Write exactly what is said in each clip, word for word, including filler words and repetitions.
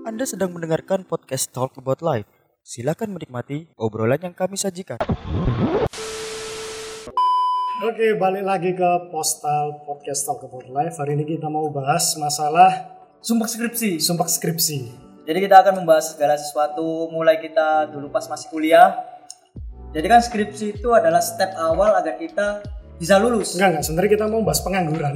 Anda sedang mendengarkan podcast Talk About Life. Silakan menikmati obrolan yang kami sajikan. Oke, balik lagi ke Postal Podcast Talk About Life. Hari ini kita mau bahas masalah Sumpah skripsi. sumpah skripsi. Jadi kita akan membahas segala sesuatu mulai kita dulu pas masih kuliah. Jadi kan skripsi itu adalah step awal agar kita bisa lulus. Enggak, enggak. Sebenarnya kita mau bahas pengangguran.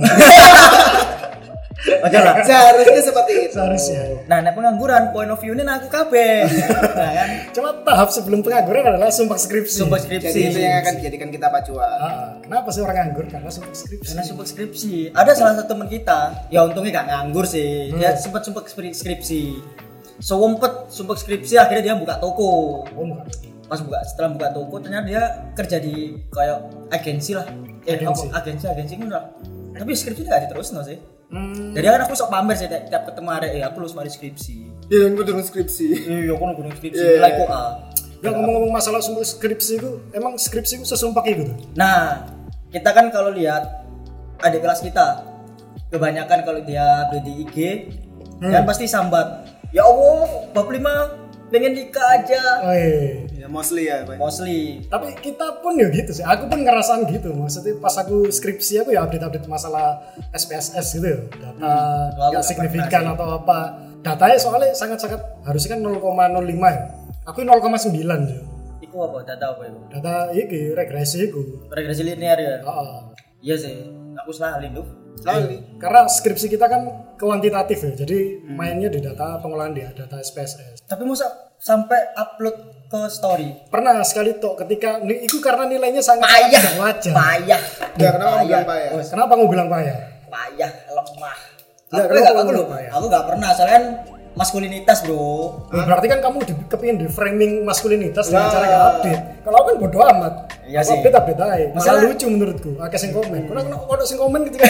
Oke lah. Seharusnya seperti itu. Seharusnya. Nah, nek pengangguran point of view ini aku kabeh. Nah kan. Cuma tahap sebelum pengangguran adalah sumpah skripsi. Sumpah skripsi. Jadi itu yang akan dijadikan kita pacuan. Ah, kenapa sih orang nganggur? Karena sumpah skripsi. Karena sumpah skripsi. Ada salah satu teman kita, ya untungnya gak nganggur sih. Dia Hmm. sempat sumpah skripsi. Sewempet sumpah skripsi akhirnya dia buka toko. Oh, enggak. Pas buka setelah buka toko ternyata dia kerja di kayak agensi lah. Eh, Agensi. apa? agensi agensi kan lah. Tapi skripsi enggak diterusno sih. Hmm. Jadi kan aku sok pamer sih tiap tiap ketemu arek ya aku lulus mari skripsi. Ya yang kudu skripsi. Iya, aku nunggu skripsi Iya. nilai kok A. Ya, ngomong-ngomong masalah sumpah skripsi itu, emang skripsi itu sesumpah itu tuh? Nah, kita kan kalau lihat adik kelas kita kebanyakan kalau dia upload di I G Hmm. kan pasti sambat. Ya Allah, bab lima pengen nikah aja. Oh, iya. Ya mostly ya, Pak. Mostly. Tapi kita pun ya gitu sih. Aku pun ngerasain gitu. Maksudnya pas aku skripsi aku ya update-update masalah S P S S gitu ya. Data Hmm. Lalu nggak nggak signifikan pernah atau apa. Datanya soalnya sangat-sangat harusnya kan nol koma nol lima ya. Aku nol koma sembilan ya. Iku apa data apa itu? Data iki regresi iku. Regresi linear ya. Heeh. Iya sih. Aku salah lindu. Selalu. Karena skripsi kita kan kuantitatif ya. Jadi Hmm. mainnya di data pengolahan dia, data S P S S. Tapi masa sampai upload ke story? Pernah sekali toh ketika ni- itu karena nilainya sangat Payah. tidak wajar. Payah. Ya kenapa kamu bilang payah? Oh, Kenapa kamu bilang payah? payah, lemah. Lah, Aku kenapa enggak kamu aku, bilang payah? aku enggak pernah, soalnya kan maskulinitas, Bro. Oh, berarti kan kamu di, kepingin di framing maskulinitas dengan Nah. cara nggak update. Kalau aku kan bodo amat. Iya Aku sih. update update aja. Malah Masalah- lucu menurutku. Akeh sing komen. Kok kena kok sing komen ketika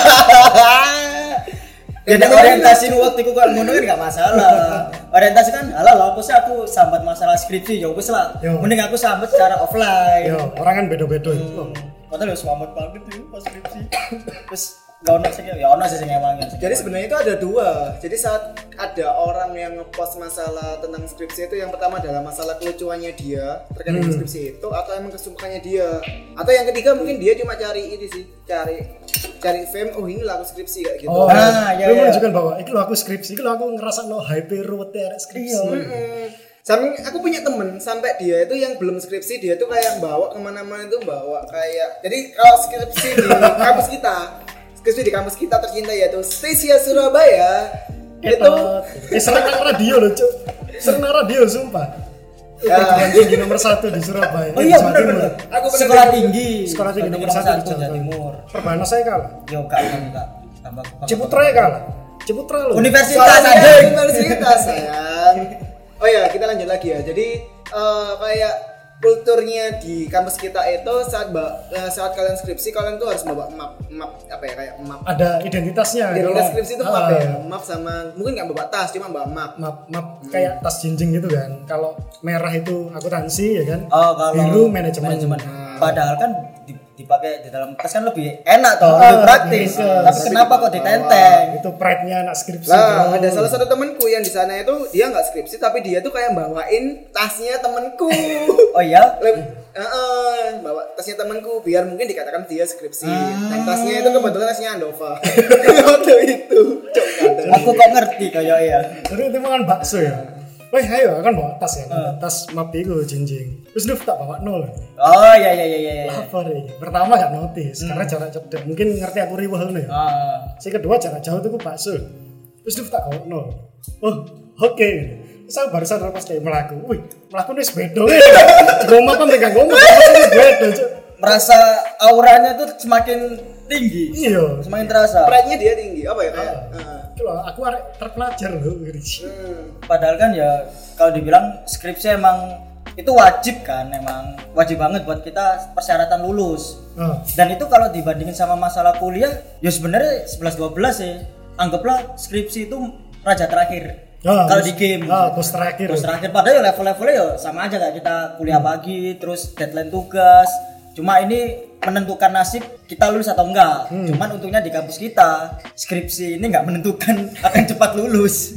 Ya nek orientasi waktu itu kan ngono kan enggak masalah. Orientasi kan alah lah apa sih aku sambat masalah skripsi ya wis lah. Yo. Mending aku sambat secara offline. yo orang kan beda-beda itu. Hmm. Padahal ya selamat banget tuh pas skripsi. Terus enggak ono sih ya ono sih sing emangin. Jadi sebenarnya itu ada dua. Jadi saat ada orang yang ngepost masalah tentang skripsi itu, yang pertama adalah masalah kelucuannya dia terkait dengan skripsi itu, atau emang kesumpahannya dia, atau yang ketiga mungkin dia cuma cari ini sih, cari cari fame. Oh ini lah aku skripsi kayak gitu. Oh, Nah, nah, ya, ya. menunjukkan bahwa itu lo aku skripsi, itu lo aku ngerasa no hype ruwet ya skripsi. Mm-mm. Sampai aku punya temen sampai dia itu yang belum skripsi, dia tuh kayak bawa kemana-mana itu bawa kayak, jadi kalau skripsi di kampus kita, skripsi di kampus kita tercinta yaitu Stasia Surabaya itu Itu eh, sering nang radio loh, Cuk. Sering nang radio sumpah. Ya. Perguruan tinggi nomor satu di Surabaya. Oh di iya Jawa benar Timur. benar. Aku bener- Sekolah tinggi. Sekolah tinggi nomor satu di Jawa Timur. Perbanas saya kalah. Yo enggak kan enggak. Tambah. Ciputra ya kalah. Ciputra loh. Universitas soalnya anjing. universitas sayang. Oh ya, kita lanjut lagi ya. Jadi eh, kayak kulturnya di kampus kita itu saat ba- eh, saat kalian skripsi, kalian tuh harus bawa map map apa ya, kayak map. Ada identitasnya. Identitas Kalau- skripsi itu Ah, map ya, map sama mungkin nggak bawa tas, cuma bawa map. Map map kayak tas jinjing gitu kan. Kalau merah itu akuntansi ya kan. Oh, kalau biru manajemen. Padahal kan di- dipakai di dalam tas kan lebih enak toh, Ah, lebih praktis. iya. Tapi kenapa kok ditenteng? Itu pride-nya anak skripsi. Lah, bro. ada salah satu temanku yang di sana itu dia nggak skripsi, tapi dia tuh kayak bawain tasnya temanku. Oh iya? Leb- Heeh, bawa tasnya temanku biar mungkin dikatakan dia skripsi. Dan tasnya itu kebetulan tasnya Andova. Waktu itu. Cok, kadang. Aku kok ngerti kayak ya. Jadi itu makan bakso ya. Wah, ayo kan bawa tas ya. Tas map itu jinjing. Terus lu tak bawa nol. Oh iya iya iya iya. Apa nih? Pertama gak notice karena jarak cepat. Mungkin ngerti aku riwah nih. Ah. Si kedua jarak jauh tuh bakso. Terus lu tak bawa nol. Oh, oke. Saya baru sadar pas kayak melaku. Wih, melaku nih sebedo. Goma apa mereka goma? Sebedo. Merasa auranya tuh semakin tinggi. Iya. Semakin terasa. Pride-nya dia tinggi. Apa ya kayak? Heeh. Itu loh, aku arek terpelajar loh. Hmm. Padahal kan ya kalau dibilang skripsi emang itu wajib kan, emang wajib banget buat kita persyaratan lulus. Ah. Dan itu kalau dibandingin sama masalah kuliah, ya sebenarnya sebelas dua belas ya. Anggaplah skripsi itu raja terakhir. Ah, kalau bos- di game. ah, bos terakhir. Bos terakhir. Padahal ya level-levelnya ya sama aja kayak kita kuliah pagi, terus deadline tugas. Cuma ini menentukan nasib kita lulus atau enggak. Cuman untungnya di kampus kita skripsi ini enggak menentukan akan cepat lulus.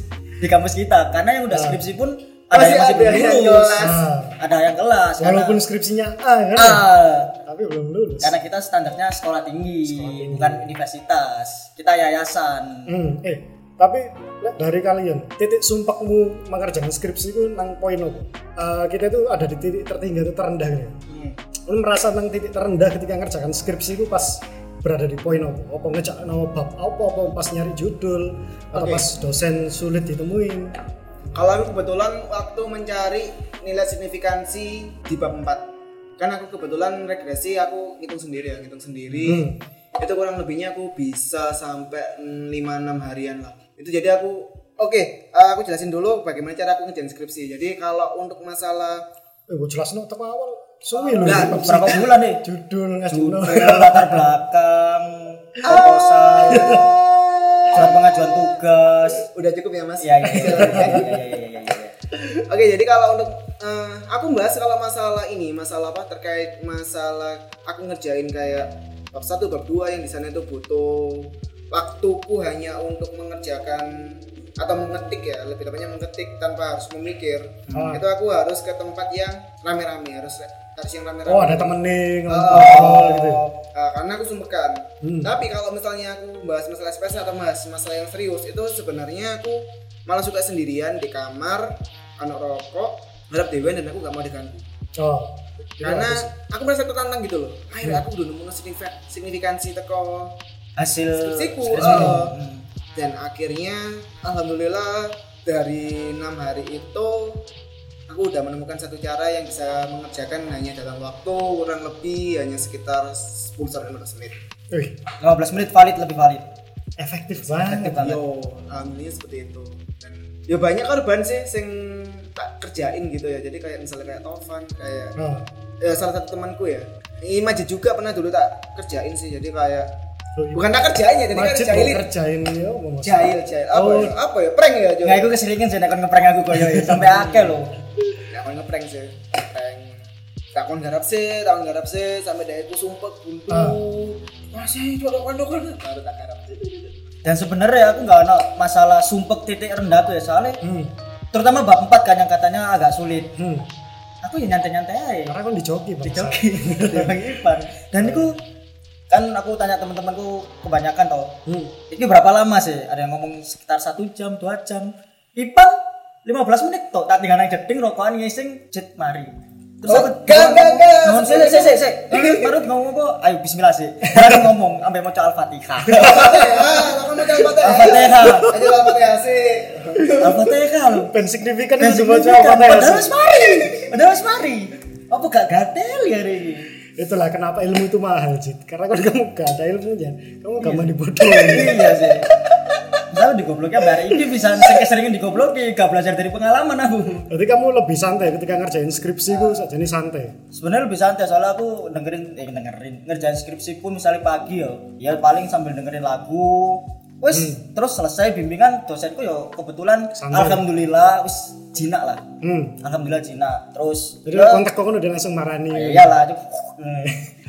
di kampus kita. Karena yang udah Ah. skripsi pun ada yang masih Masih belum ada yang lulus. kelas. Ah. Ada yang kelas. Walaupun karena, skripsinya A kan. Ah, Tapi belum lulus. karena kita standarnya sekolah tinggi, Sekolah tinggi. bukan universitas. Kita yayasan. Hmm, eh tapi lek dari kalian titik sumpahmu mengerjakan skripsi itu nang poin apa? Eh, kita itu ada di titik tertinggi atau terendah gitu. Hmm. Lu merasa nang titik terendah ketika ngerjakan skripsi itu pas berada di poin apa? Apa ngejak nama bab apa apa pas nyari judul atau Oke. pas dosen sulit ditemuin? Kalau aku kebetulan waktu mencari nilai signifikansi di bab empat. Kan aku kebetulan regresi, aku hitung sendiri ya, hitung sendiri. Hmm. Itu kurang lebihnya aku bisa sampai lima enam harian lah. Itu jadi aku oke, eh, aku jelasin dulu bagaimana cara aku ngerjain skripsi. Jadi kalau untuk masalah Eh, gue jelas no teko awal suwi lho. Nah, skripsi. Berapa bulan nih? Judul ngasih no. Judul, latar belakang, proposal, surat pengajuan tugas. udah cukup ya Mas? Iya, iya, iya, iya, iya, iya, iya, iya, iya. Oke, jadi kalau untuk eh, aku bahas kalau masalah ini, masalah apa terkait masalah aku ngerjain kayak bab satu, bab dua yang di sana itu butuh waktuku hanya untuk mengerjakan atau mengetik ya, lebih tepatnya mengetik tanpa harus memikir. Ah. Itu aku harus ke tempat yang rame-rame, harus harus yang rame-rame. Oh, ada temenin Oh, ngobrol gitu. Uh, karena aku sumbekan. Hmm. Tapi kalau misalnya aku bahas masalah spesial atau bahas masalah yang serius, itu sebenarnya aku malah suka sendirian di kamar, anak rokok, ngadap dewan dan aku gak mau diganggu. Oh. Karena Iya, aku merasa tertantang gitu loh. Akhirnya aku udah nemu signif- signifikansi teko Hasil skripsiku. skripsi. uh, Hmm. Dan akhirnya alhamdulillah dari enam hari itu aku udah menemukan satu cara yang bisa mengerjakan hanya dalam waktu kurang lebih hanya sekitar sepuluh sampai lima belas menit. Wih, lima belas menit valid, lebih valid. efektif banget. Efektif banget. Yo, alhamdulillah seperti itu. Dan ya banyak korban sih sing tak kerjain gitu ya. Jadi kayak misalnya kayak Tovan, kayak Oh. ya, salah satu temanku ya. Ini Majid juga pernah dulu tak kerjain sih. Jadi kayak Oh, iya. bukan tak kerjain ya, jadi kan Majid jahil. mau kerjain ya apa mas? Jahil, jahil. Apa Oh. ya? Apa ya? Prank ya, Jo. Nggak, aku keseringan sih nekon ngeprank aku koyo ya. Sampai akeh loh. Ya kon ngeprank sih. Prank. Tak kon garap sih, tak kon garap sih sampai dia itu sumpek buntu. Ah. Masih colok-colok baru tak garap. Dan sebenarnya aku nggak ada masalah sumpek titik rendah tuh ya, soalnya Hmm. terutama bab empat kan yang katanya agak sulit. Hmm. Aku ya nyantai-nyantai aja. Karena kan dijoki bang. Dijoki di Bang Ipan. Dan itu kan aku tanya teman-temanku kebanyakan toh. Hmm. Ini berapa lama sih? Ada yang ngomong sekitar satu jam, dua jam. Ipan lima belas menit toh. Tak tinggal nang jeding rokokan ngising jet mari. Terus Oh, aku gak, gak, gak. ngomong sih sih sih sih. Baru ngomong apa? Ayo bismillah sih. Baru ngomong sampai mau Al-Fatihah. Ah, lakukan macam Al-Fatihah. Al-Fatihah. Aja Al-Fatihah sih. Al-Fatihah loh. Ben signifikan Dan itu baca signifikan. apa Padahal ya? wis mari. Padahal wis mari. Apa gak gatel ya hari ini? Itulah kenapa ilmu itu mahal Jit. Karena kalau kamu gak ada ilmunya, kamu gampang dibodohin. Iya sih. Misalnya digobloknya bare ini bisa sering-sering digobloki, gak belajar dari pengalaman aku. Jadi kamu lebih santai ketika ngerjain skripsi ku saja nih santai. Sebenarnya lebih santai soalnya aku dengerin eh dengerin ngerjain skripsi pun misalnya pagi ya, ya paling sambil dengerin lagu. Wis terus selesai bimbingan dosenku ya kebetulan Santai. alhamdulillah wis jinak lah. Hmm. Alhamdulillah jinak. Terus Jadi ya, kontak kok kan udah langsung marani. ya iyalah cuk. Hmm.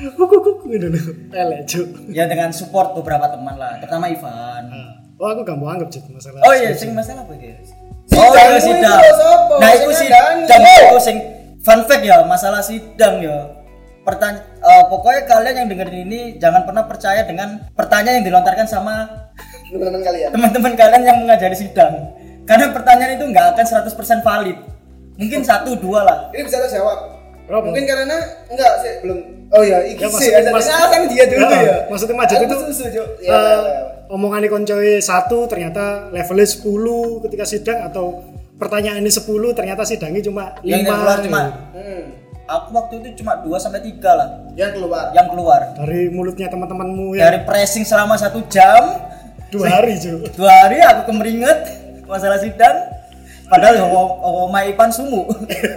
Kuk gitu loh. Elek Cuk. Ya dengan support beberapa teman lah, terutama Ivan. Oh aku gak mau anggap Jit masalah. Oh iya, sing masalah apa ya? Sidang Oh iya itu sidang. sopo? Nah itu Sing sidang, ngandani. itu sing fun fact ya masalah sidang ya. Pertanya, eh, pokoknya kalian yang dengerin ini jangan pernah percaya dengan pertanyaan yang dilontarkan sama Teman-teman kalian. teman-teman kalian yang mengajari sidang. Karena pertanyaan itu nggak akan seratus persen valid. Mungkin satu dua lah. Ini bisa terjawab. Berapa? Mungkin karena enggak sih belum. Oh ya, iki Ya, sih. maksudnya- Maksudnya mas- kan dia dulu Ya, ya. maksudnya Majid Aku itu, susu, Jo. Eh, Ya, ya, ya. omongannya koncoy satu ternyata levelnya sepuluh ketika sidang atau pertanyaannya sepuluh ternyata sidangnya cuma Yang lima keluar cuma Hmm. aku waktu itu cuma dua sampai tiga lah Yang keluar. yang keluar. dari mulutnya teman-temanmu ya Dari pressing selama satu jam. dua hari Ju. Dua hari aku kemeringet masalah sidang. Padahal ya oma Ipan sumu.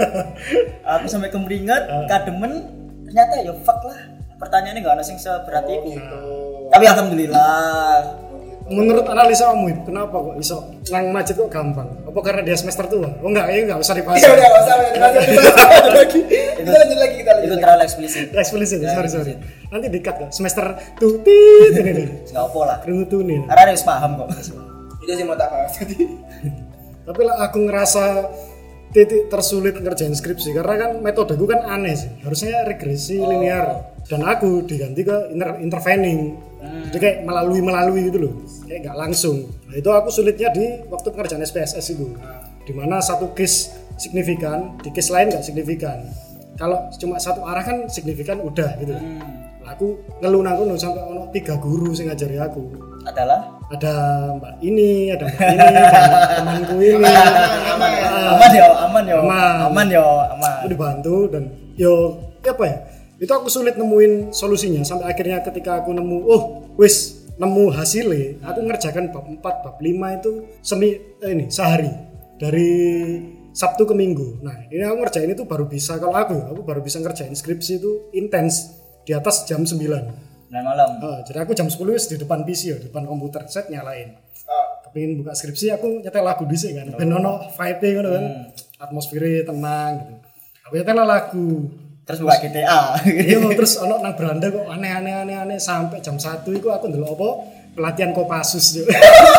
Aku sampai kemeringet, kademen. Ternyata ya fuck lah. Pertanyaannya gak ada sing seberat itu. Tapi alhamdulillah. Menurut analisa kamu Ip, kenapa kok iso nang Majid kok gampang? Apa karena dia semester tua? Oh enggak, ini enggak usah dibahas. Ya udah enggak usah lanjut lanjut lagi. Kita lanjut lagi kita lanjut. Itu lagi. terlalu eksplisit. Eksplisit, sorry sorry. Nanti dikat kok semester tutit ini nih. Gak apa lah. Kerungu tuh nih. Karena harus paham kok. Itu sih mau tak bahas tadi. Tapi lah aku ngerasa titik tersulit ngerjain skripsi karena kan metodeku kan aneh sih. Harusnya regresi oh. linear dan aku diganti ke inter- intervening. Hmm. Jadi kayak melalui melalui gitu loh. Kayak nggak langsung. Nah, itu aku sulitnya di waktu pengerjaan S P S S itu. Hmm. Dimana satu case signifikan, di case lain nggak signifikan. Kalau cuma satu arah kan signifikan udah gitu. Hmm. Aku ngeluh nang kono sampai ono tiga guru sing ngajari aku. Adalah ada Mbak ini, ada Mbak ini, ada temanku ini. Aman, aman yo, aman yo, aman, aman yo, aman. Aku dibantu dan yo apa ya? Itu aku sulit nemuin solusinya sampai akhirnya ketika aku nemu, oh wis nemu hasilnya, aku ngerjakan bab empat, bab lima itu semi eh, ini sehari dari Sabtu ke Minggu. Nah ini aku ngerjain itu baru bisa kalau aku, aku baru bisa ngerjain skripsi itu intens di atas jam sembilan. Nah malam. Oh, jadi aku jam sepuluh wis di depan P C ya, di depan komputer set nyalain. Uh. Kepengin buka skripsi aku nyetel lagu dhisik kan. Ben ono vibe ngono kan. Hmm. Atmosfernya tenang gitu. Aku nyetel lagu. Terus buka G T A. Iya, terus ono nang beranda kok aneh-aneh aneh-aneh sampai jam satu iku aku ndelok apa? Pelatihan Kopassus yo.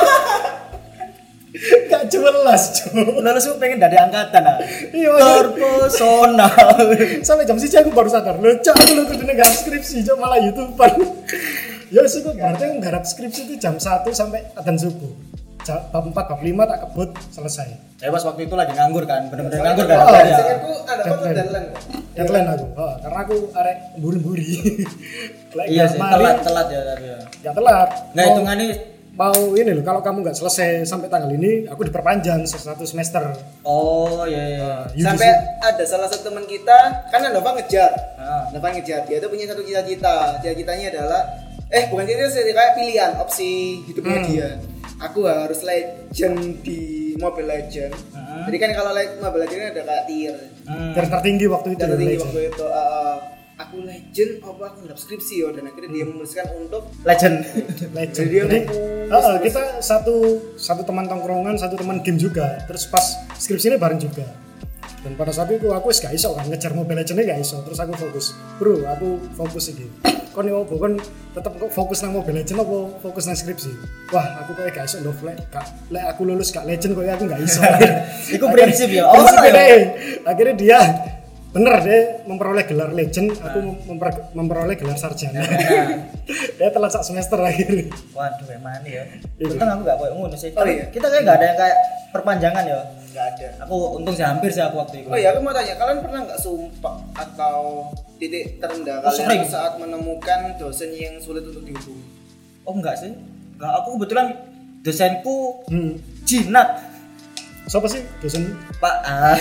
Gak jelas, Cuk. Lulus pengen dari angkatan ah. Iya, personal. Sampai jam satu aku baru sadar, lho, Cuk, aku lho kudune garap skripsi, Cuk, malah YouTuber. Ya wis kok berarti aku garap skripsi itu jam satu sampai adzan subuh. Bab empat, bab lima tak kebut selesai. Ya pas waktu itu lagi nganggur kan, bener-bener nganggur kan. Oh, ya. Aku ada apa deadline? Deadline aku. Oh, karena aku arek buri-buri. Iya sih, telat-telat ya tapi ya. Ya telat. Nah, hitungannya mau ini loh, kalau kamu nggak selesai sampai tanggal ini, aku diperpanjang satu semester. Oh iya iya. Uh, sampai ada salah satu teman kita, kan Nova ngejar, ah. Nova ngejar dia tuh punya satu cita-cita, cita-citanya adalah, eh bukan cita-cita, kayak pilihan opsi hidupnya hmm. dia. Aku harus legend di Mobile Legend. Hmm. Jadi kan kalau like Mobile Legend ada kayak tier. Hmm. Tier tertinggi waktu itu. Tier tertinggi waktu itu. Uh, aku legend apa aku nggak skripsi ya, dan akhirnya dia memutuskan untuk legend. legend. Jadi, Jadi uh, kita satu satu teman tongkrongan, satu teman game juga. Terus pas skripsi ini bareng juga. Dan pada saat itu aku gak iso kan ngejar Mobile Legends gak iso. Terus aku fokus, bro, aku fokus iki. Kon yo kon tetep kok fokus nang Mobile Legends apa fokus nang skripsi. Wah, aku kok gak iso ndo flat. Lek aku lulus gak legend kok aku gak iso. Iku prinsip ya. Oh, akhirnya dia bener deh memperoleh gelar legend, nah. aku memper, memperoleh gelar sarjana. Nah. Dia telat sak semester akhirnya. Waduh, emang ya. Untung aku gak koyo ngono sih. Oh, iya. Kita kayak gak ada yang kayak perpanjangan ya. Gak ada. Aku untung sih hampir sih aku waktu itu. Oh iya, aku mau tanya, kalian pernah nggak sumpah atau titik terendah oh, kalian saat menemukan dosen yang sulit untuk dihubungi? Oh enggak sih. Enggak, aku kebetulan dosenku hmm. jinak. Siapa sih dosen? Pak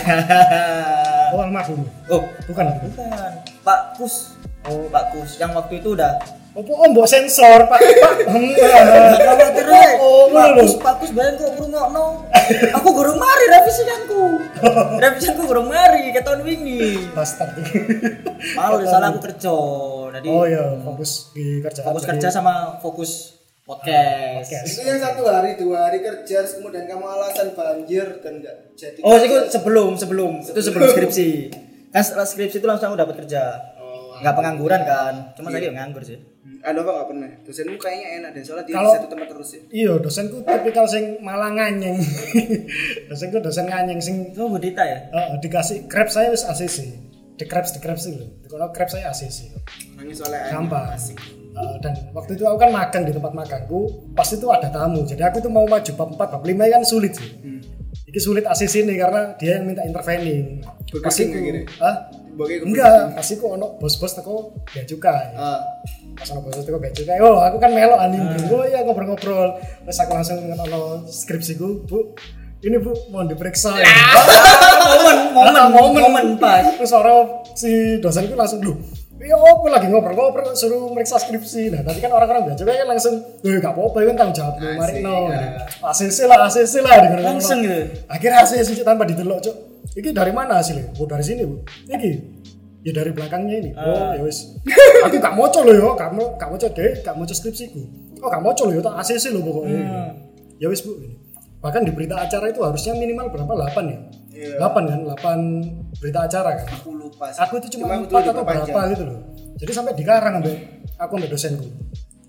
Oh, almarhum. Oh, bukan. Bukan. Pak Kus. Oh, Pak Kus. Yang waktu itu udah Opo om mbok sensor, Pak. Pak. Khawatir oh, Pak Kus, Pak Kus bayang kok ngrungokno. Aku gurung mari revisianku. Revisianku gurung mari ke tahun wingi. Bastard. Malu salah aku kerja. Jadi Oh iya, fokus di kerja. Fokus kerja sama fokus podcast. podcast. Itu yang satu hari, dua hari kerja, kemudian kamu alasan banjir dan enggak jadi. Oh, itu sebelum sebelum itu sebelum skripsi. Kan setelah skripsi itu langsung aku dapat kerja. Oh, enggak pengangguran kan. Cuma iya. Tadi nganggur sih. Ada apa enggak pernah? Dosenmu kayaknya enak deh, soalnya dia Kalo, di satu tempat terus ya. Iya, dosenku tipikal sing malah nganyeng. Dosenku dosen nganyeng sing oh budita ya. Heeh, uh, dikasih krep saya wis A C C. Di krep di krep sih lho. Kalau krep saya A C C. Nangis soalnya gampang. Uh, dan waktu itu aku kan magang di tempat magangku, pas itu ada tamu. Jadi aku tuh mau maju bab empat, bab lima kan sulit sih. Hmm. Iki sulit A C C nih karena dia yang minta intervening. Pasti gini. Hah? Enggak, pasti kok ono bos-bos teko bea cukai. Heeh. Pas ono bos teko bea cukai. Oh, aku kan melok anjing. Oh iya ngobrol-ngobrol. Terus aku langsung ngono skripsiku, Bu. Ini Bu mau diperiksa. Ya. momen, momen, momen, momen pas. Terus orang si dosenku langsung lu. Iya, aku lagi ngobrol-ngobrol suruh meriksa skripsi. Nah, tadi kan orang-orang bea cukai kan langsung, "Eh, enggak apa-apa kan tanggung jawab lu, mari no." A C C lah, A C C lah langsung gitu. Akhirnya A C C tanpa didelok, Cuk. Iki dari mana hasilnya? Oh, dari sini, Bu. Iki. Ya dari belakangnya ini. Uh. Oh, ya wis. Aku gak moco lho yo, kamu gak moco deh, gak moco skripsiku. Oh, gak moco lho yo, tak A C C lho pokoknya. Hmm. Ya wis, Bu. Bahkan di berita acara itu harusnya minimal berapa? delapan ya? Yeah. delapan kan? delapan berita acara kan? Aku lupa sih. Aku itu cuma empat atau berapa gitu loh. Jadi sampai dikarang sampai aku sama dosenku.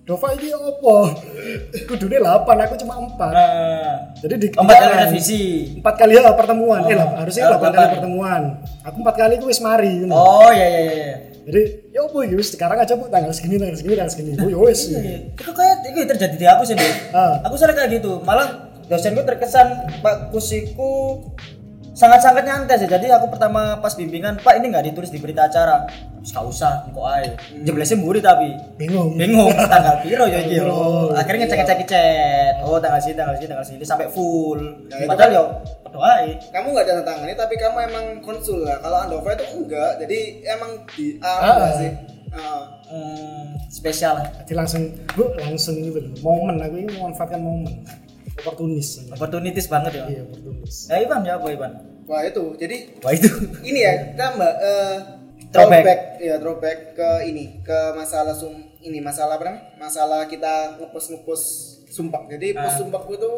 Dova ini opo? Kudune delapan, aku cuma empat. Nah, Jadi di empat kali dikaran. revisi. Empat kali ya pertemuan. Oh. Eh lah, harusnya Oh, delapan kali delapan. pertemuan. Aku empat kali aku wis mari ngono. Oh iya iya iya. Jadi ya opo iki wis sekarang aja Bu tanggal segini tanggal segini tanggal segini. Oh ya wis. Iya, itu kayak itu terjadi di aku sih, Bro. Ah. Aku sering kayak gitu. Malah dosenku terkesan Pak Kusiku sangat-sangat nyantai sih. Jadi aku pertama pas bimbingan, Pak ini nggak ditulis di berita acara. Terus nggak usah, kok ae. Jeblesnya mburi tapi Bingung. bingung tanggal piro ya iki yo. Piro. Akhirnya ngecek-ngecek chat. Oh, tanggal sini, tanggal sini, tanggal sini sampai full. Nah, itu Padahal kan- yo padha ae. Kamu nggak tanda tangani tapi kamu emang konsul lah. Kalau Andova itu enggak, jadi emang di A Ah. enggak sih. Ah. Hmm, spesial. Jadi langsung Bu langsung gitu loh. Momen aku ini memanfaatkan momen. Oportunis. Opportunities banget ya. Iya, oportunis. Nah, Ivan ya apa Ivan? Wah itu, jadi Wah itu. ini ya tambah uh, Throwback. throwback ya throwback ke ini ke masalah sum ini masalah apa namanya masalah kita ngepus ngepus sumpah. Jadi Ah. pos sumpahku itu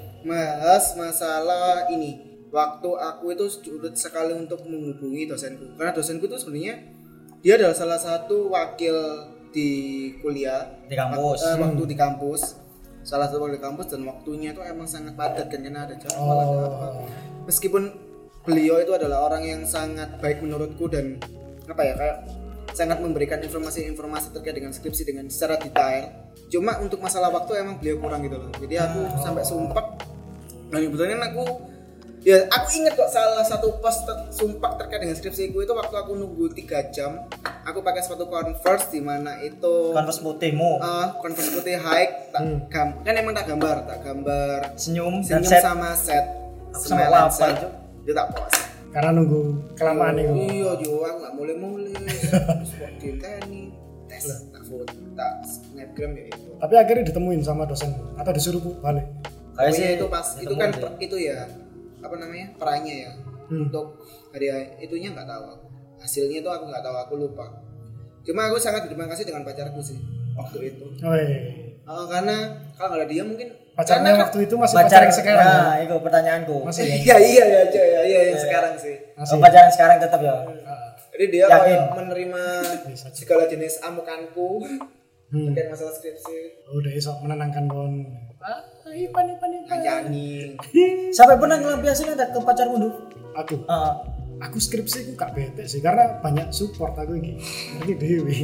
bahas masalah ini waktu aku itu sulit sekali untuk menghubungi dosenku karena dosenku itu sebenarnya dia adalah salah satu wakil di kuliah Di kampus. Wak- eh, waktu di kampus salah satu wakil di kampus dan waktunya itu emang sangat padat kan karena ada jadwal ada apa Oh. meskipun beliau itu adalah orang yang sangat baik menurutku dan apa ya kayak sangat memberikan informasi-informasi terkait dengan skripsi dengan secara detail. Cuma untuk masalah waktu emang beliau kurang gitu loh. Jadi aku sampai sumpah dan kebetulan aku ya aku ingat kok salah satu post ter- sumpah terkait dengan skripsiku itu waktu aku nunggu tiga jam aku pakai sepatu Converse di mana itu Kanvas putihmu. uh, Converse putih high tak gam- kan emang tak gambar tak gambar Senyum dan senyum set. sama set Aku sama Smile and apa, set. Cuk? Dia tak post Karena nunggu kelamaan itu. iya Jo aku gak mulai-mulai terus kok diinteni tes tak foto tak snapgram ya itu Tapi akhirnya ditemuin sama dosen atau disuruh Bu balik. Kayak pokoknya sih itu pas itu ketemu kan deh. per- itu ya apa namanya peranya ya Hmm. untuk hari itunya nggak tahu aku hasilnya itu aku nggak tahu aku lupa cuma aku sangat berterima kasih dengan pacarku sih waktu itu Woi. uh, karena kalau nggak ada dia mungkin Pacarnya karena- waktu itu masih pacar pacar yang sekarang. Nah, ya? itu pertanyaanku. Masih ya? iya iya ya coy ya iya yang sekarang sih Masih. Oh, pacaran sekarang tetap ya. Ah. jadi dia Yakin? kayak menerima segala jenis amukanku Hmm. terkait masalah skripsi Udah esok menenangkan kon. Ah, Ipan Ipan Ipan. nyanyi Sampai pernah ngelampiasin ada ke pacarmu dulu? Aku. Heeh. Aku skripsi aku gak bete sih karena banyak support aku ini. Ngerti dewi.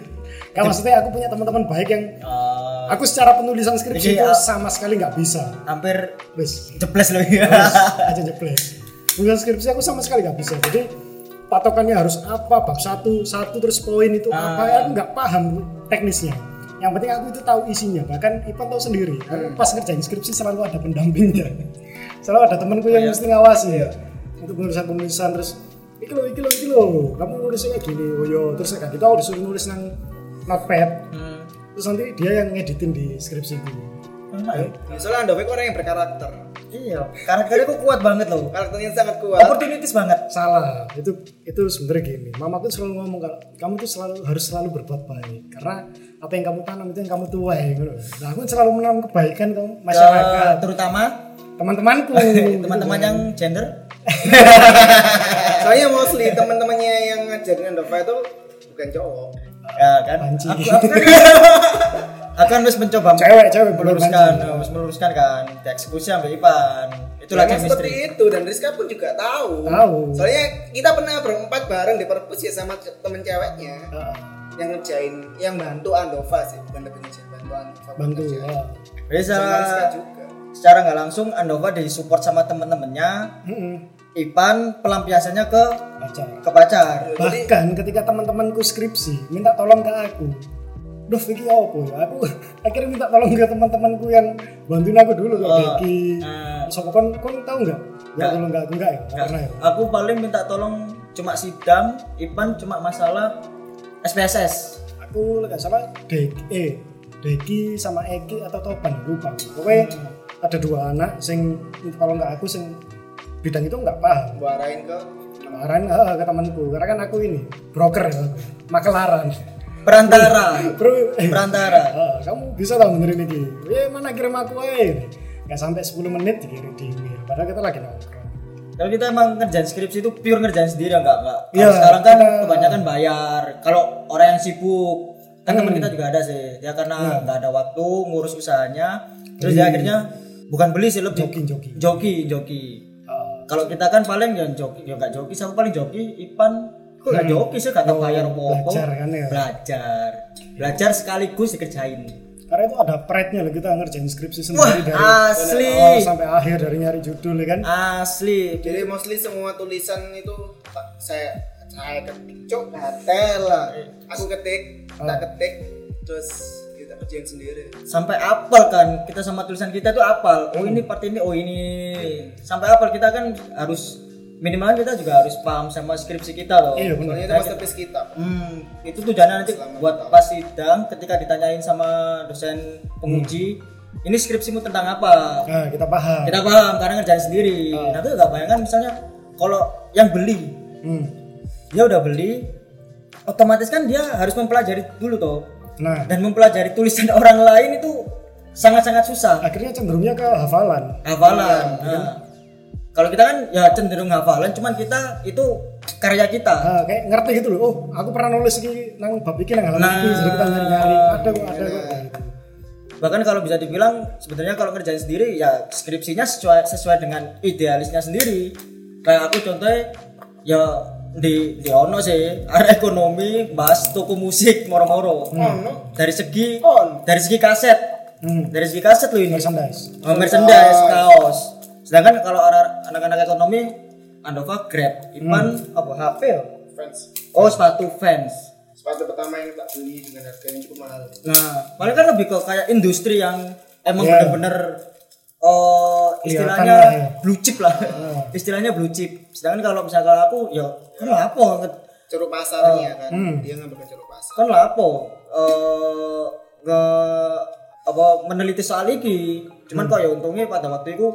Kan maksudnya aku punya teman-teman baik yang Eh, aku secara penulisan skripsi Jadi, itu ah, sama sekali nggak bisa. hampir Wes, jebles loh ya. aja jeples. Penulisan skripsi aku sama sekali nggak bisa. Jadi patokannya harus apa, bab satu, satu terus poin itu Ah. apa, aku nggak paham teknisnya. Yang penting aku itu tahu isinya. Bahkan Ipan tahu sendiri. Aku pas ngerjain skripsi selalu ada pendampingnya. Selalu ada temanku yang mesti ngawasi ya. Untuk penulisan-penulisan terus iki lo, iki lo, iki lo. Kamu nulisnya kayak gini. Oh yo, terus kayak gitu aku disuruh nulis nang notepad. Hmm. Terus nanti dia yang ngeditin di skripsi itu. Enak ya? soalnya Andova itu orang yang berkarakter Iya, karakternya kok kuat banget loh. karakternya sangat kuat Opportunities banget. Salah, itu itu sebenarnya gini. Mama tuh selalu ngomong kalau kamu tuh selalu harus selalu berbuat baik karena apa yang kamu tanam itu yang kamu tuai gitu. Nah, aku selalu menanam kebaikan ke masyarakat, Ke- terutama teman-temanku. teman-teman yang gender. soalnya mostly teman-temannya yang ngajarin Andova itu bukan cowok Ya kan? Banci. Aku, aku kan aku kan harus mencoba Cewek, cewek, meluruskan, bener, harus meluruskan kan. Dieksekusi sampai Ipan. Itulah Memang seperti chemistry. itu dan Rizka pun juga tahu. Tahu. Soalnya kita pernah berempat bareng di perpus ya sama ce- temen ceweknya Ah, yang ngerjain, yang bantu Andova sih, bukan lebih ngerjain bantu Andova. bantu. ngerjain. ah. Bisa Sama Rizka juga. secara nggak langsung Andova disupport sama temen-temennya. Mm-mm. Ipan pelampiasannya ke Baca. ke pacar. Bahkan ketika teman-temanku skripsi minta tolong ke aku. Duh, Vicky apa ya? Aku akhirnya minta tolong ke teman-temanku yang bantuin aku dulu kayak Oh, Deki. eh. Terus aku kon kon tahu nggak? Ya Nggak. tolong enggak enggak ya? Nggak Nggak, pernah ya. aku paling minta tolong cuma sidang, Ipan cuma masalah S P S S. Aku nggak salah Deki eh Deki sama Eki atau Topan lupa. Pokoknya ada dua anak sing minta tolong ke aku sing bidang itu nggak paham. Gua arahin ke Kemarin ah, ke temanku karena kan aku ini broker ya, makelaran. Perantara. Bro, eh, Perantara. ah, kamu bisa tahu benerin ini. Ya mana kirim aku aja. Nggak sampai sepuluh menit dikirim di email. Padahal kita lagi nongkrong. Kalau kita emang ngerjain skripsi itu pure ngerjain sendiri enggak enggak. Kalau Iya, sekarang kan kita- kebanyakan bayar. Kalau orang yang sibuk Kan Hmm. teman kita juga ada sih. Dia karena nggak ada waktu ngurus usahanya, terus dia akhirnya bukan beli sih lebih Joki, joki. joki, joki. Ah. Kalau kita kan paling yang joki, ya nggak joki, siapa paling joki? Ipan, kok nggak joki sih? Kata Oh, bayar apa-apa. belajar kan ya? Belajar, belajar sekaligus dikerjain. Karena itu ada pride-nya loh kita ngerjain skripsi Wah, sendiri dari asli. awal sampai akhir, dari nyari judul ya kan. Asli. Jadi mostly semua tulisan itu tak- saya saya ketik cok gatel lah. Aku ketik, tak ketik terus kita kerjain sendiri. Sampai apal kan kita sama tulisan kita tuh apal. Oh ini part ini, oh ini. Sampai apal kita kan harus minimal kita juga harus paham sama skripsi kita loh. Iya benar. Soalnya itu masterpiece kita. Hmm, itu tujuannya nanti buat pas sidang ketika ditanyain sama dosen penguji, ini skripsimu tentang apa? Nah, kita paham. Kita paham karena ngerjain sendiri. Nah, itu nggak bayangkan misalnya kalau yang beli, Hmm. dia udah beli, otomatis kan dia harus mempelajari dulu toh. Nah, Dan mempelajari tulisan orang lain itu sangat-sangat susah. akhirnya cenderungnya ke hafalan. Hafalan. Nah, kalau kita kan ya cenderung hafalan, cuman kita itu karya kita. Nah, kayak ngerti gitu loh. Oh, aku pernah nulis iki nang bab iki nang halaman Nah. iki, jadi kita nyari-nyari. Ada kok, ada kok. Nah, gitu. Bahkan kalau bisa dibilang sebenarnya kalau ngerjain sendiri ya skripsinya sesuai sesuai dengan idealisnya sendiri. Kayak aku contohnya ya di di ono sih area ekonomi bahas toko musik moro-moro. Ono. Dari segi On. dari segi kaset. Hmm. Dari segi kaset loh ini. Merchandise. Oh, merchandise, kaos. Sedangkan kalau orang- anak-anak ekonomi Andova Grab, Ipan apa H P ya? Friends. Oh, sepatu Vans. Sepatu pertama yang tak beli dengan harga yang cukup mahal. Nah, paling kan lebih ke kayak industri yang emang Iya. bener-bener oh istilahnya Kelihatan lah ya. blue chip lah. Istilahnya blue chip. Sedangkan kalau misalkan aku ya kan apa nge- Ceruk pasarnya kan. Hmm. Dia ngambil ke ceruk pasar. kan lah apa eh nge apa meneliti soal iki. Cuman kok ya untungnya pada waktu itu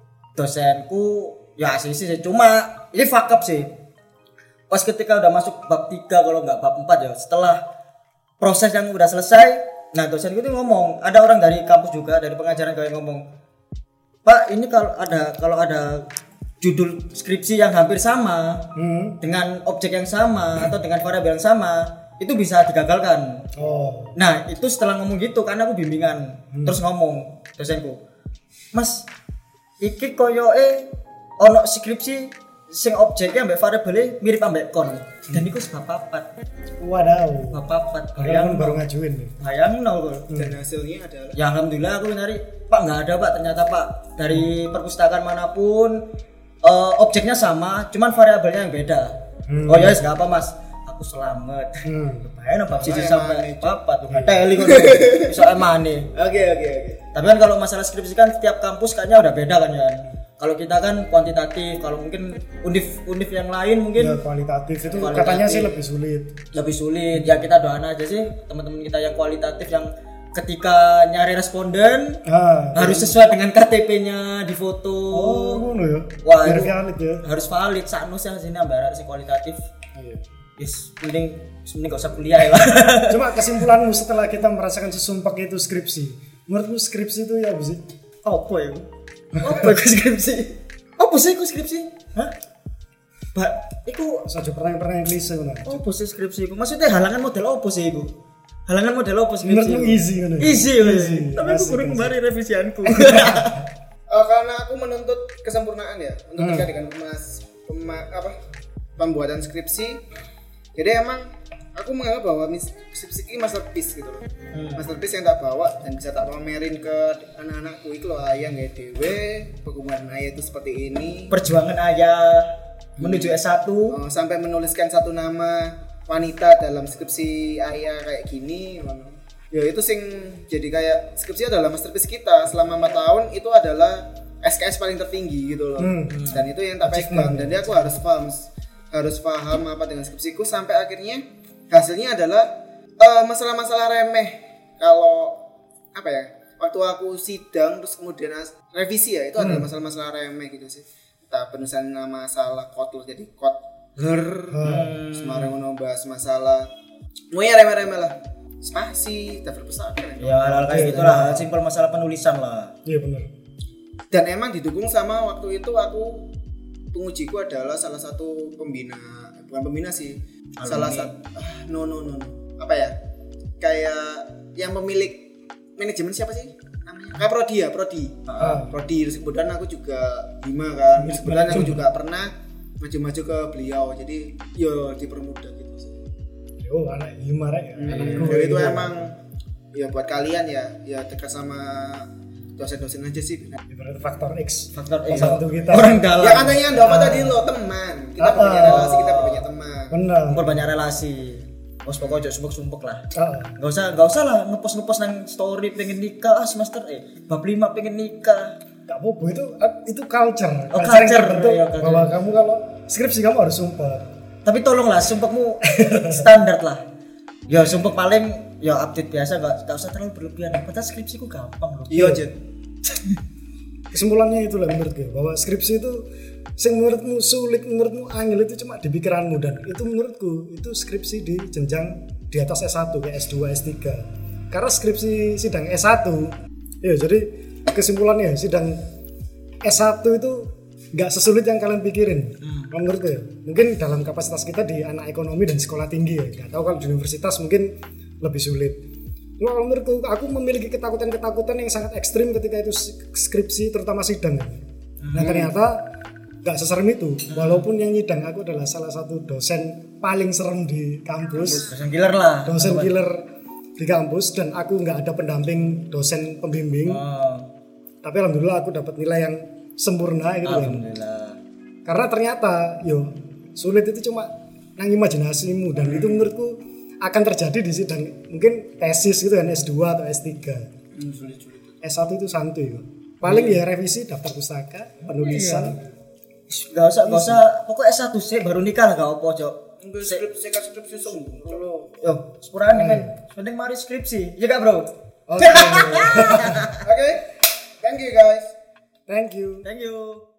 dosenku ya sih sih cuma ini fuck up sih. Pas ketika udah masuk bab tiga kalau nggak bab empat ya setelah proses yang udah selesai, nah dosenku itu ngomong, ada orang dari kampus juga dari pengajaran kayak ngomong, Pak ini kalau ada kalau ada judul skripsi yang hampir sama Hmm. dengan objek yang sama atau dengan variabel yang sama itu bisa digagalkan. Oh. Nah itu setelah ngomong gitu karena aku bimbingan terus ngomong dosenku, Mas iki koyoke ono skripsi sing objeknya ambek variabelnya mirip ambek kon dan itu sebab papat Wadaw. sebab papat Bayang bayang baru ngajuin nih. bayang no Dan hasilnya adalah ya alhamdulillah aku nyari Pak nggak ada Pak ternyata Pak dari perpustakaan manapun eh, objeknya sama cuman variabelnya yang beda. Hmm. Oh ya yes, nggak apa Mas aku selamat. Hmm. Bayang bab siji Emane, sampai Cuk. papat tuh teli kok iso emane. Oke oke oke. Tapi kan kalau masalah skripsi kan setiap kampus kayaknya udah beda kan ya. Kalau kita kan kuantitatif, kalau mungkin univ-univ yang lain mungkin Ya, kualitatif itu Kualitatif. katanya sih lebih sulit. lebih sulit. Ya kita doain aja sih teman-teman kita yang kualitatif yang ketika nyari responden Ah. harus sesuai dengan K T P-nya di foto. Oh, ngono ya. Wah, Biar itu- valid ya. Harus valid sakno sih sini ambar si kualitatif. Iya. Yes, mending mending gak usah kuliah ya lah. Cuma kesimpulanmu setelah kita merasakan sesumpak itu skripsi. Menurutmu skripsi itu ya apa sih? Apa ya? Apa itu skripsi? Apa sih itu skripsi? Hah? Pak, itu Saja pertanyaan-pertanyaan klise ngono. apa sih skripsi itu? Maksudnya halangan model apa sih itu? Halangan model apa skripsi? Menurutmu itu? easy ngono. Easy, Easy. tapi aku Asik, kurang asik. kemarin revisianku. Eh, karena aku menuntut kesempurnaan ya untuk terkait dengan pemas, pema- apa pembuatan skripsi. Jadi emang aku menganggap bahwa mis- skripsi ini masterpiece gitu loh. Masterpiece yang tak bawa dan bisa tak pamerin ke anak-anakku itu loh ayang ya dewe perkembangan ayah itu seperti ini. Perjuangan ayah menuju S satu. Oh, sampai menuliskan satu nama wanita dalam skripsi ayah kayak gini. Ya itu sing jadi kayak skripsi adalah masterpiece kita selama empat tahun itu adalah S K S paling tertinggi gitu loh. Hmm. Dan itu yang tak pegang dan dia aku harus paham harus paham apa dengan skripsiku sampai akhirnya hasilnya adalah eh, masalah-masalah remeh. Kalau apa ya? Waktu aku sidang terus kemudian as- revisi ya itu adalah masalah-masalah remeh gitu sih. Entah penulisan nama salah kot jadi kot her. Semarang ngono bahas masalah semuanya remeh-remeh lah. Spasi, daftar pesantren. Ya hal-hal kayak gitulah, simpel masalah penulisan lah. Iya benar. Dan emang didukung sama waktu itu aku pengujiku adalah salah satu pembina, bukan pembina sih, salah satu ah, no no no no apa ya kayak yang pemilik manajemen siapa sih namanya? Kayak Prodi ya, Prodi. Ah. Prodi terus kemudian aku juga Bima kan. Terus kemudian aku juga pernah maju-maju ke beliau. Jadi yo dipermudah gitu sih. Oh, anak Hima rek. Hmm, jadi itu emang ya buat kalian ya ya dekat sama dosen-dosen aja sih. Ibarat faktor X. Faktor X. Satu kita. Orang dalam. Ya katanya Anda apa tadi lo teman. Kita Ah. punya relasi, kita punya teman. Benar. Memperbanyak relasi. Bos pokoknya sumpuk-sumpuk lah. Ah. Gak usah, gak usah lah ngepost-ngepost nang story pengen nikah ah semester eh bab lima pengen nikah. Gak apa-apa itu itu culture. Oh, Culture yang culture. terbentuk Iya, culture. bahwa kamu kalau skripsi kamu harus sumpah. Tapi tolonglah sumpahmu standar lah. Ya sumpah paling ya update biasa gak, gak usah terlalu berlebihan. Padahal skripsiku gampang loh. Iya, Jet. Kesimpulannya itulah menurut gue bahwa skripsi itu sing menurutmu sulit, menurutmu angel itu cuma di pikiranmu dan itu menurutku itu skripsi di jenjang di atas S satu kayak S dua, S tiga. Karena skripsi sidang S satu ya jadi kesimpulannya sidang S satu itu nggak sesulit yang kalian pikirin. Hmm. Menurutku ya. Mungkin dalam kapasitas kita di anak ekonomi dan sekolah tinggi ya. Nggak tahu kalau di universitas mungkin lebih sulit. Cuma kalau menurutku aku memiliki ketakutan-ketakutan yang sangat ekstrim ketika itu skripsi terutama sidang. Hmm. Nah ternyata nggak seserem itu. Hmm. Walaupun yang nyidang aku adalah salah satu dosen paling serem di kampus. Dosen killer lah. Dosen killer di kampus dan aku nggak ada pendamping dosen pembimbing. Oh. Tapi alhamdulillah aku dapat nilai yang sempurna gitu kan. Alhamdulillah. Karena ternyata yo sulit itu cuma nang imajinasimu dan itu menurutku akan terjadi di sidang mungkin tesis gitu kan S dua atau S tiga. Hmm, sulit-sulit. S satu itu santuy kok. Paling ya revisi daftar pustaka, penulisan. Gak usah, gak usah. Pokoknya S satu sih baru nikah lah gak apa, Cok. Skripsi skripsi sungguh. Yo, sepurane men. Penting mari skripsi. Iya gak, Bro? Oke. Oke. Thank you guys. Thank you. Thank you.